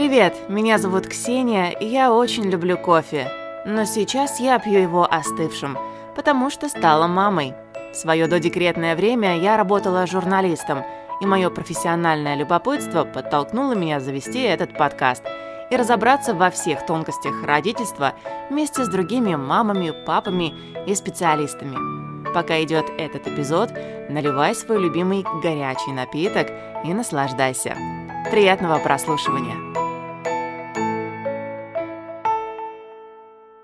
Привет, меня зовут Ксения, и я очень люблю кофе. Но сейчас я пью его остывшим, потому что стала мамой. В свое додекретное время я работала журналистом, и мое профессиональное любопытство подтолкнуло меня завести этот подкаст и разобраться во всех тонкостях родительства вместе с другими мамами, папами и специалистами. Пока идет этот эпизод, наливай свой любимый горячий напиток и наслаждайся. Приятного прослушивания!